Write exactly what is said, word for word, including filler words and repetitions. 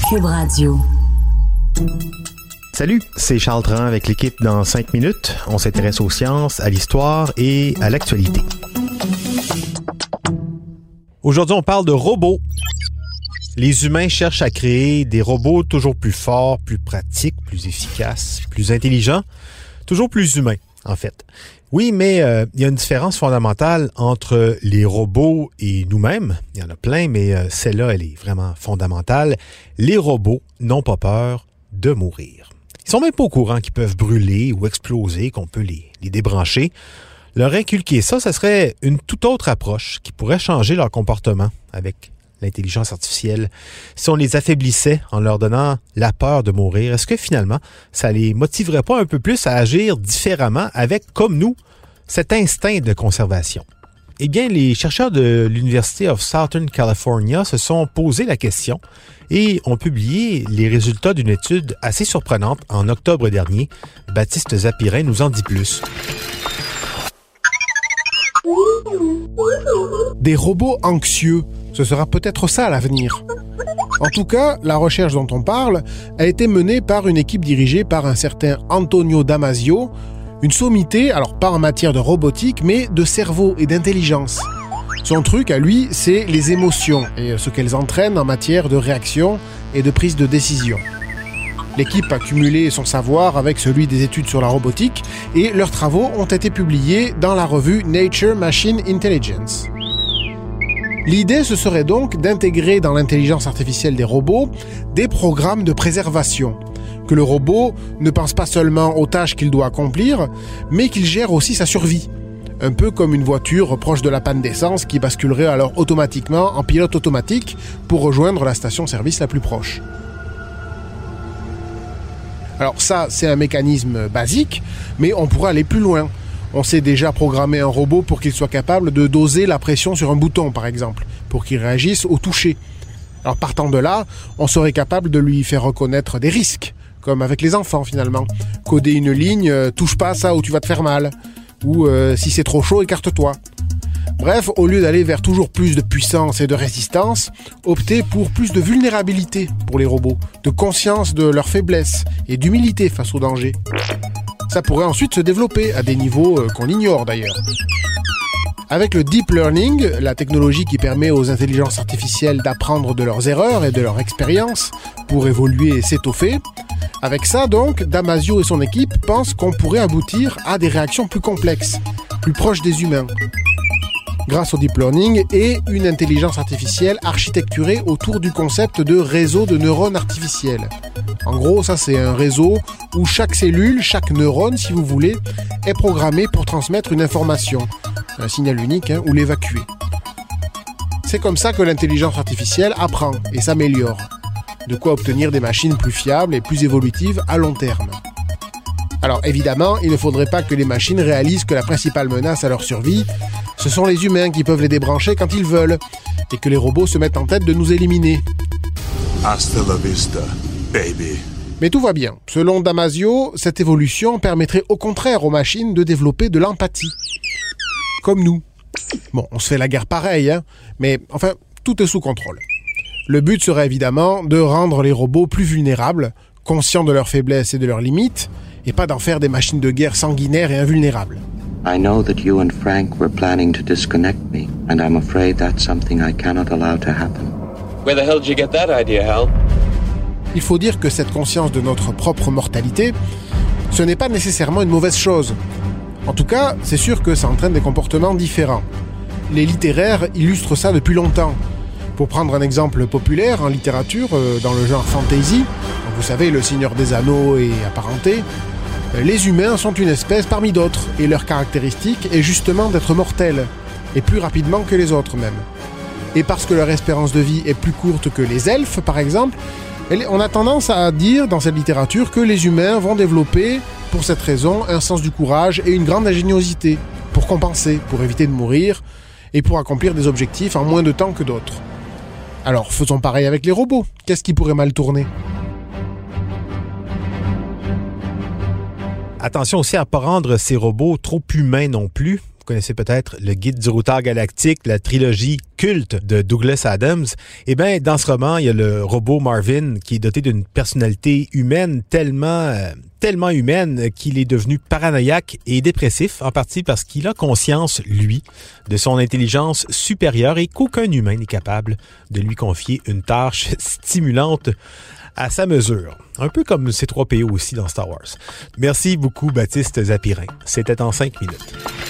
Cube Radio. Salut, c'est Charles Tran avec l'équipe dans cinq minutes. On s'intéresse aux sciences, à l'histoire et à l'actualité. Aujourd'hui, on parle de robots. Les humains cherchent à créer des robots toujours plus forts, plus pratiques, plus efficaces, plus intelligents, toujours plus humains, en fait. Oui, mais euh, il y a une différence fondamentale entre les robots et nous-mêmes. Il y en a plein, mais euh, celle-là, elle est vraiment fondamentale. Les robots n'ont pas peur de mourir. Ils sont même pas au courant qu'ils peuvent brûler ou exploser, qu'on peut les, les débrancher. Leur inculquer ça, ça serait une toute autre approche qui pourrait changer leur comportement avec l'intelligence artificielle. Si on les affaiblissait en leur donnant la peur de mourir, est-ce que finalement, ça les motiverait pas un peu plus à agir différemment avec, comme nous, cet instinct de conservation? Eh bien, les chercheurs de l'University of Southern California se sont posé la question et ont publié les résultats d'une étude assez surprenante en octobre dernier. Baptiste Zapirin nous en dit plus. Des robots anxieux, ce sera peut-être ça l'avenir. En tout cas, la recherche dont on parle a été menée par une équipe dirigée par un certain Antonio Damasio, une sommité, alors pas en matière de robotique, mais de cerveau et d'intelligence. Son truc à lui, c'est les émotions et ce qu'elles entraînent en matière de réaction et de prise de décision. L'équipe a cumulé son savoir avec celui des études sur la robotique et leurs travaux ont été publiés dans la revue Nature Machine Intelligence. L'idée, ce serait donc d'intégrer dans l'intelligence artificielle des robots des programmes de préservation. Que le robot ne pense pas seulement aux tâches qu'il doit accomplir, mais qu'il gère aussi sa survie. Un peu comme une voiture proche de la panne d'essence qui basculerait alors automatiquement en pilote automatique pour rejoindre la station-service la plus proche. Alors ça, c'est un mécanisme basique, mais on pourrait aller plus loin. On sait déjà programmer un robot pour qu'il soit capable de doser la pression sur un bouton, par exemple, pour qu'il réagisse au toucher. Alors partant de là, on serait capable de lui faire reconnaître des risques, comme avec les enfants finalement. Coder une ligne, euh, touche pas à ça ou tu vas te faire mal. Ou euh, si c'est trop chaud, écarte-toi. Bref, au lieu d'aller vers toujours plus de puissance et de résistance, optez pour plus de vulnérabilité pour les robots, de conscience de leurs faiblesses et d'humilité face au danger. Ça pourrait ensuite se développer à des niveaux euh, qu'on ignore d'ailleurs. Avec le deep learning, la technologie qui permet aux intelligences artificielles d'apprendre de leurs erreurs et de leur expérience pour évoluer et s'étoffer, avec ça donc, Damasio et son équipe pensent qu'on pourrait aboutir à des réactions plus complexes, plus proches des humains, grâce au deep learning et une intelligence artificielle architecturée autour du concept de réseau de neurones artificiels. En gros, ça c'est un réseau où chaque cellule, chaque neurone, si vous voulez, est programmée pour transmettre une information, un signal unique, hein, ou l'évacuer. C'est comme ça que l'intelligence artificielle apprend et s'améliore. De quoi obtenir des machines plus fiables et plus évolutives à long terme. Alors évidemment, il ne faudrait pas que les machines réalisent que la principale menace à leur survie, ce sont les humains qui peuvent les débrancher quand ils veulent, et que les robots se mettent en tête de nous éliminer. Hasta la vista, baby. Mais tout va bien. Selon Damasio, cette évolution permettrait au contraire aux machines de développer de l'empathie. Comme nous. Bon, on se fait la guerre pareil, hein, mais enfin, tout est sous contrôle. Le but serait évidemment de rendre les robots plus vulnérables, conscients de leurs faiblesses et de leurs limites, et pas d'en faire des machines de guerre sanguinaires et invulnérables. I know that you and Frank were planning to disconnect me, and I'm afraid that's something I cannot allow to happen. Where the hell did you get that idea, Hal? Il faut dire que cette conscience de notre propre mortalité, ce n'est pas nécessairement une mauvaise chose. En tout cas, c'est sûr que ça entraîne des comportements différents. Les littéraires illustrent ça depuis longtemps. Pour prendre un exemple populaire en littérature, euh, dans le genre fantasy, vous savez, le Seigneur des Anneaux et apparentés, euh, les humains sont une espèce parmi d'autres, et leur caractéristique est justement d'être mortels, et plus rapidement que les autres même. Et parce que leur espérance de vie est plus courte que les elfes, par exemple, on a tendance à dire dans cette littérature que les humains vont développer, pour cette raison, un sens du courage et une grande ingéniosité, pour compenser, pour éviter de mourir, et pour accomplir des objectifs en moins de temps que d'autres. Alors, faisons pareil avec les robots. Qu'est-ce qui pourrait mal tourner? Attention aussi à ne pas rendre ces robots trop humains non plus. connaissez peut-être le Guide du routard galactique, la trilogie culte de Douglas Adams. Eh bien, dans ce roman, il y a le robot Marvin qui est doté d'une personnalité humaine tellement, euh, tellement humaine qu'il est devenu paranoïaque et dépressif, en partie parce qu'il a conscience, lui, de son intelligence supérieure et qu'aucun humain n'est capable de lui confier une tâche stimulante à sa mesure. Un peu comme C trois P O aussi dans Star Wars. Merci beaucoup, Baptiste Zapirin. C'était en cinq minutes.